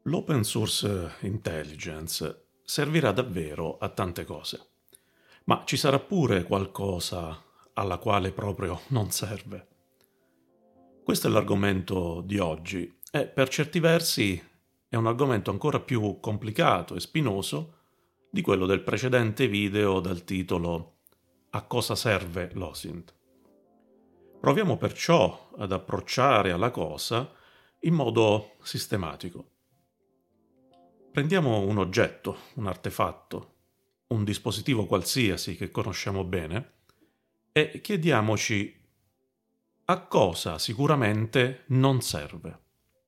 L'open source intelligence servirà davvero a tante cose, ma ci sarà pure qualcosa alla quale proprio non serve. Questo è l'argomento di oggi e per certi versi è un argomento ancora più complicato e spinoso di quello del precedente video dal titolo A cosa serve l'OSINT? Proviamo perciò ad approcciare alla cosa in modo sistematico. Prendiamo un oggetto, un artefatto, un dispositivo qualsiasi che conosciamo bene e chiediamoci a cosa sicuramente non serve.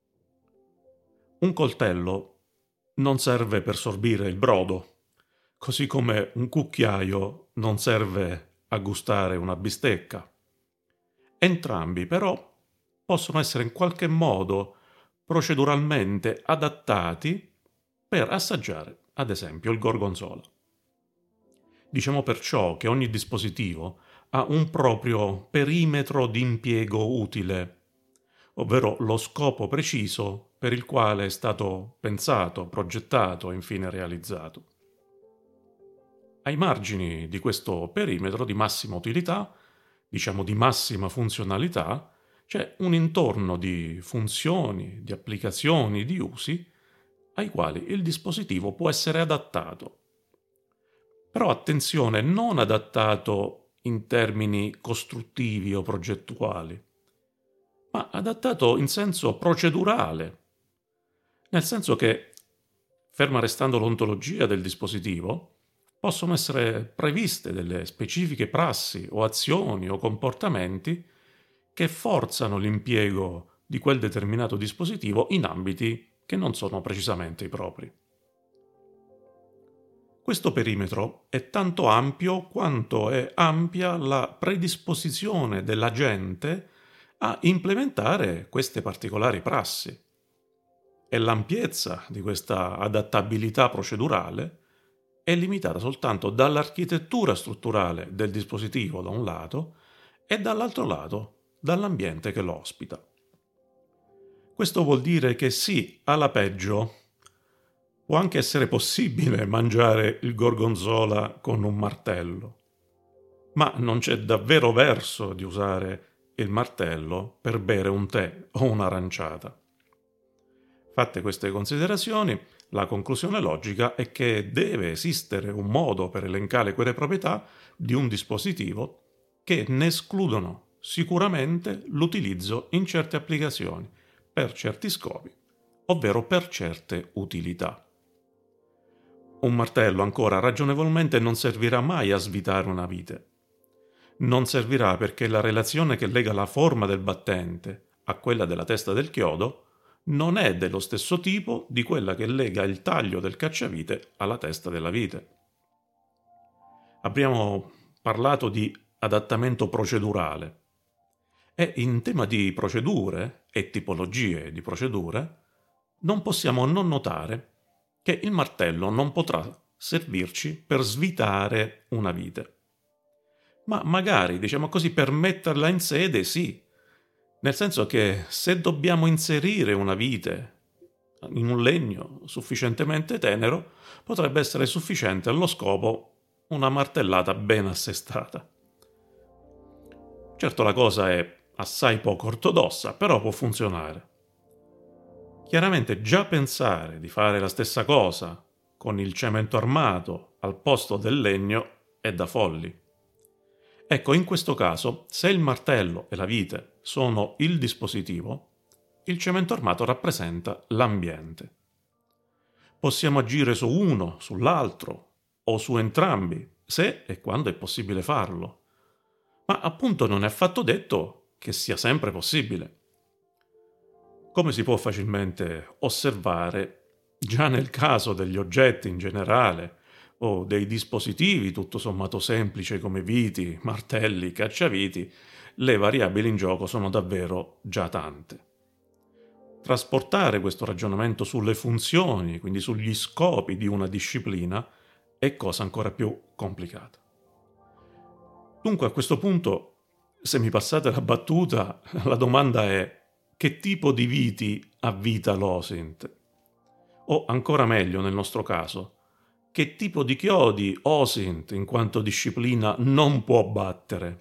Un coltello non serve per sorbire il brodo, così come un cucchiaio non serve a gustare una bistecca. Entrambi però possono essere in qualche modo proceduralmente adattati per assaggiare, ad esempio, il gorgonzola. Diciamo perciò che ogni dispositivo ha un proprio perimetro di impiego utile, ovvero lo scopo preciso per il quale è stato pensato, progettato e infine realizzato. Ai margini di questo perimetro di massima utilità, diciamo di massima funzionalità, c'è un intorno di funzioni, di applicazioni, di usi ai quali il dispositivo può essere adattato. Però attenzione, non adattato in termini costruttivi o progettuali, ma adattato in senso procedurale, nel senso che, ferma restando l'ontologia del dispositivo, possono essere previste delle specifiche prassi o azioni o comportamenti che forzano l'impiego di quel determinato dispositivo in ambiti che non sono precisamente i propri. Questo perimetro è tanto ampio quanto è ampia la predisposizione dell'agente a implementare queste particolari prassi. E l'ampiezza di questa adattabilità procedurale è limitata soltanto dall'architettura strutturale del dispositivo da un lato e dall'altro lato dall'ambiente che lo ospita. Questo vuol dire che sì, alla peggio, può anche essere possibile mangiare il gorgonzola con un martello, ma non c'è davvero verso di usare il martello per bere un tè o un'aranciata. Fatte queste considerazioni, la conclusione logica è che deve esistere un modo per elencare quelle proprietà di un dispositivo che ne escludono sicuramente l'utilizzo in certe applicazioni, per certi scopi, ovvero per certe utilità. Un martello ancora ragionevolmente non servirà mai a svitare una vite. Non servirà perché la relazione che lega la forma del battente a quella della testa del chiodo non è dello stesso tipo di quella che lega il taglio del cacciavite alla testa della vite. Abbiamo parlato di adattamento procedurale e in tema di procedure e tipologie di procedure non possiamo non notare che il martello non potrà servirci per svitare una vite. Ma magari, diciamo così, per metterla in sede sì, nel senso che se dobbiamo inserire una vite in un legno sufficientemente tenero, potrebbe essere sufficiente allo scopo una martellata ben assestata. Certo la cosa è assai poco ortodossa, però può funzionare. Chiaramente già pensare di fare la stessa cosa con il cemento armato al posto del legno è da folli. Ecco, in questo caso, se il martello e la vite sono il dispositivo, il cemento armato rappresenta l'ambiente. Possiamo agire su uno, sull'altro o su entrambi, se e quando è possibile farlo. Ma appunto non è affatto detto che sia sempre possibile. Come si può facilmente osservare, già nel caso degli oggetti in generale o dei dispositivi tutto sommato semplici come viti, martelli, cacciaviti, le variabili in gioco sono davvero già tante. Trasportare questo ragionamento sulle funzioni, quindi sugli scopi di una disciplina, è cosa ancora più complicata. Dunque a questo punto, se mi passate la battuta, la domanda è: che tipo di viti ha vita l'OSINT? O ancora meglio nel nostro caso, che tipo di chiodi OSINT in quanto disciplina non può battere?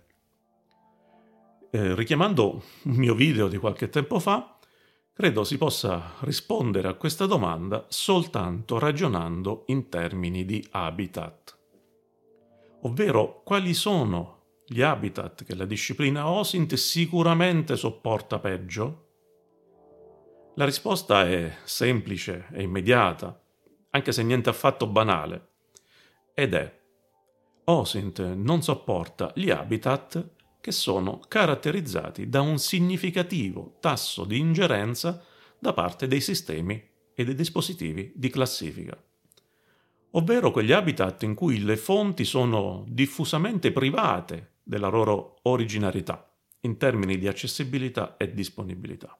Richiamando un mio video di qualche tempo fa, credo si possa rispondere a questa domanda soltanto ragionando in termini di habitat, ovvero quali sono gli habitat che la disciplina OSINT sicuramente sopporta peggio? La risposta è semplice e immediata, anche se niente affatto banale, ed è: OSINT non sopporta gli habitat che sono caratterizzati da un significativo tasso di ingerenza da parte dei sistemi e dei dispositivi di classifica, ovvero quegli habitat in cui le fonti sono diffusamente private della loro originarietà in termini di accessibilità e disponibilità.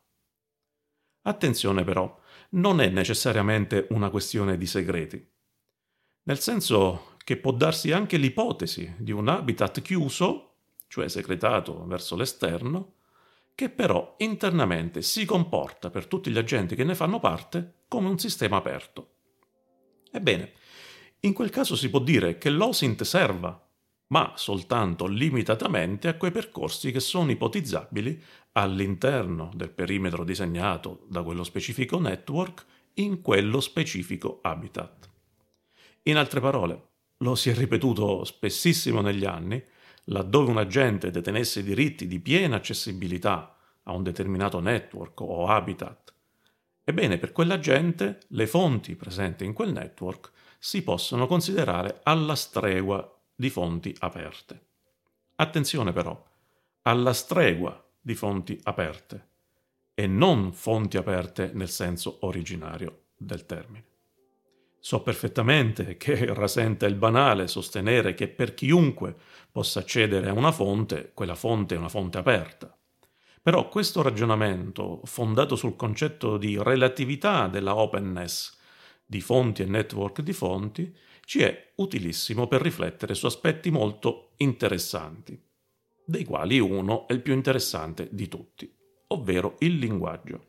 Attenzione però, non è necessariamente una questione di segreti, nel senso che può darsi anche l'ipotesi di un habitat chiuso, cioè segretato verso l'esterno, che però internamente si comporta per tutti gli agenti che ne fanno parte come un sistema aperto. Ebbene, in quel caso si può dire che l'OSINT serva, ma soltanto limitatamente a quei percorsi che sono ipotizzabili all'interno del perimetro disegnato da quello specifico network in quello specifico habitat. In altre parole, lo si è ripetuto spessissimo negli anni, laddove un agente detenesse diritti di piena accessibilità a un determinato network o habitat, ebbene per quell'agente le fonti presenti in quel network si possono considerare alla stregua di fonti aperte. Attenzione però, alla stregua di fonti aperte e non fonti aperte nel senso originario del termine. So perfettamente che rasenta il banale sostenere che per chiunque possa accedere a una fonte, quella fonte è una fonte aperta. Però questo ragionamento, fondato sul concetto di relatività della openness di fonti e network di fonti, ci è utilissimo per riflettere su aspetti molto interessanti, dei quali uno è il più interessante di tutti, ovvero il linguaggio.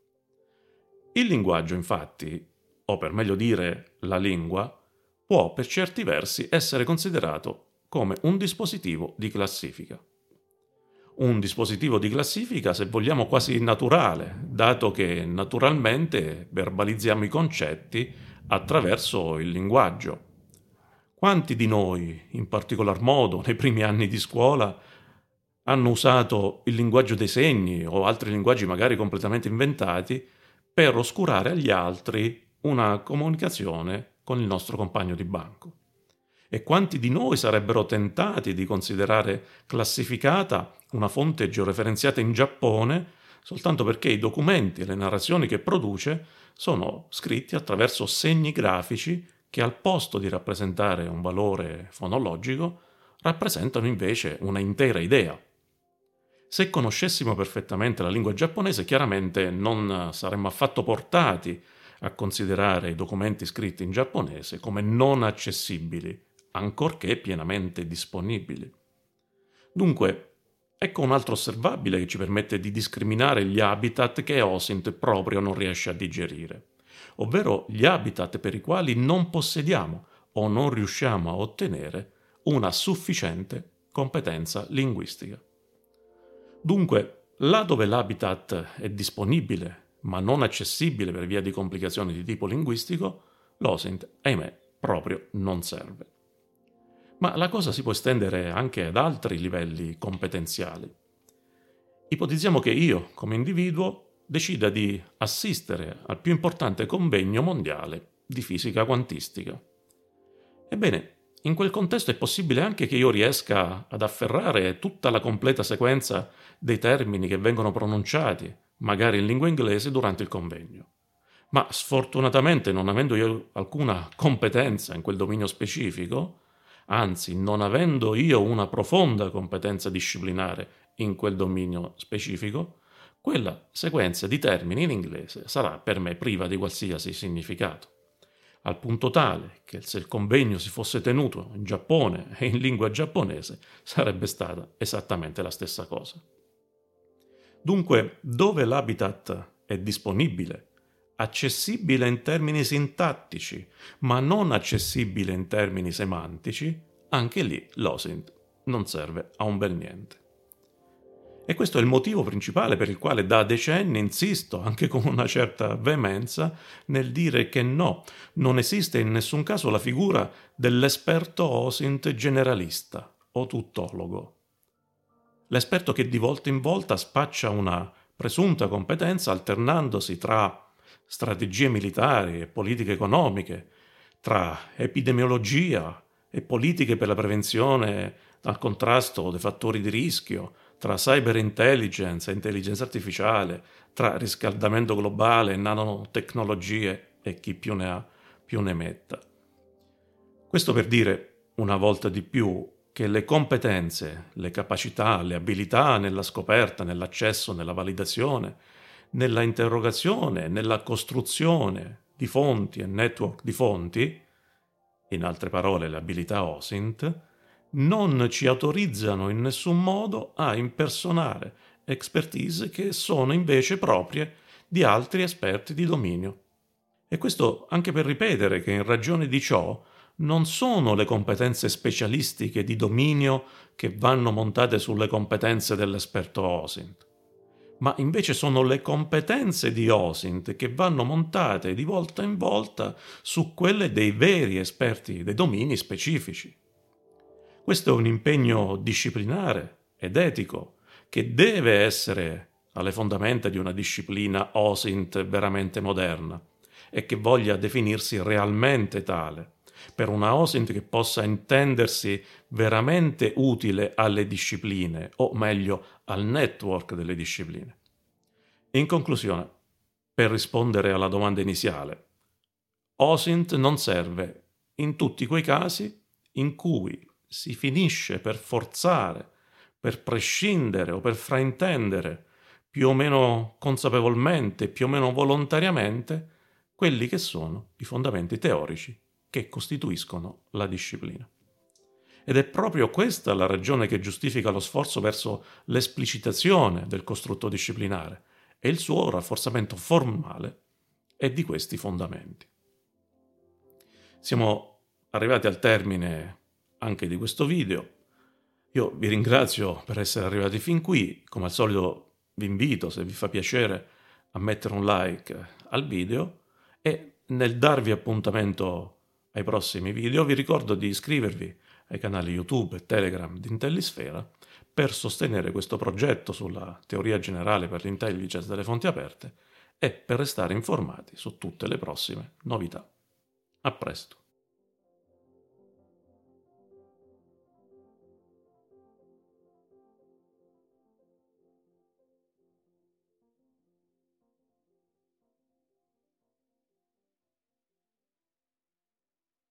Il linguaggio, infatti, o per meglio dire la lingua, può per certi versi essere considerato come un dispositivo di classifica. Un dispositivo di classifica, se vogliamo, quasi naturale, dato che naturalmente verbalizziamo i concetti attraverso il linguaggio. Quanti di noi, in particolar modo nei primi anni di scuola, hanno usato il linguaggio dei segni o altri linguaggi magari completamente inventati per oscurare agli altri una comunicazione con il nostro compagno di banco? E quanti di noi sarebbero tentati di considerare classificata una fonte georeferenziata in Giappone soltanto perché i documenti e le narrazioni che produce sono scritti attraverso segni grafici che al posto di rappresentare un valore fonologico rappresentano invece una intera idea. Se conoscessimo perfettamente la lingua giapponese, chiaramente non saremmo affatto portati a considerare i documenti scritti in giapponese come non accessibili, ancorché pienamente disponibili. Dunque, ecco un altro osservabile che ci permette di discriminare gli habitat che OSINT proprio non riesce a digerire, ovvero gli habitat per i quali non possediamo o non riusciamo a ottenere una sufficiente competenza linguistica. Dunque, là dove l'habitat è disponibile ma non accessibile per via di complicazioni di tipo linguistico, l'OSINT, ahimè, proprio non serve. Ma la cosa si può estendere anche ad altri livelli competenziali. Ipotizziamo che io, come individuo, decida di assistere al più importante convegno mondiale di fisica quantistica. Ebbene, in quel contesto è possibile anche che io riesca ad afferrare tutta la completa sequenza dei termini che vengono pronunciati, magari in lingua inglese, durante il convegno. Ma sfortunatamente, non avendo io alcuna competenza in quel dominio specifico, anzi, non avendo io una profonda competenza disciplinare in quel dominio specifico, quella sequenza di termini in inglese sarà per me priva di qualsiasi significato. Al punto tale che se il convegno si fosse tenuto in Giappone e in lingua giapponese sarebbe stata esattamente la stessa cosa. Dunque, dove l'habitat è disponibile, accessibile in termini sintattici, ma non accessibile in termini semantici, anche lì l'OSINT non serve a un bel niente. E questo è il motivo principale per il quale da decenni insisto, anche con una certa veemenza, nel dire che no, non esiste in nessun caso la figura dell'esperto OSINT generalista o tuttologo. L'esperto che di volta in volta spaccia una presunta competenza alternandosi tra strategie militari e politiche economiche, tra epidemiologia e politiche per la prevenzione al contrasto dei fattori di rischio, tra cyber intelligence e intelligenza artificiale, tra riscaldamento globale e nanotecnologie e chi più ne ha più ne metta. Questo per dire, una volta di più, che le competenze, le capacità, le abilità nella scoperta, nell'accesso, nella validazione, nella interrogazione, nella costruzione di fonti e network di fonti, in altre parole le abilità OSINT, non ci autorizzano in nessun modo a impersonare expertise che sono invece proprie di altri esperti di dominio. E questo anche per ripetere che in ragione di ciò non sono le competenze specialistiche di dominio che vanno montate sulle competenze dell'esperto OSINT, ma invece sono le competenze di OSINT che vanno montate di volta in volta su quelle dei veri esperti dei domini specifici. Questo è un impegno disciplinare ed etico che deve essere alle fondamenta di una disciplina OSINT veramente moderna e che voglia definirsi realmente tale, per una OSINT che possa intendersi veramente utile alle discipline, o meglio al network delle discipline. In conclusione, per rispondere alla domanda iniziale, OSINT non serve in tutti quei casi in cui si finisce per forzare, per prescindere o per fraintendere, più o meno consapevolmente, più o meno volontariamente, quelli che sono i fondamenti teorici che costituiscono la disciplina. Ed è proprio questa la ragione che giustifica lo sforzo verso l'esplicitazione del costrutto disciplinare e il suo rafforzamento formale è di questi fondamenti. Siamo arrivati al termine anche di questo video. Io vi ringrazio per essere arrivati fin qui. Come al solito vi invito, se vi fa piacere, a mettere un like al video e nel darvi appuntamento ai prossimi video vi ricordo di iscrivervi ai canali YouTube e Telegram di Intellisfera per sostenere questo progetto sulla teoria generale per l'intelligence delle fonti aperte e per restare informati su tutte le prossime novità. A presto.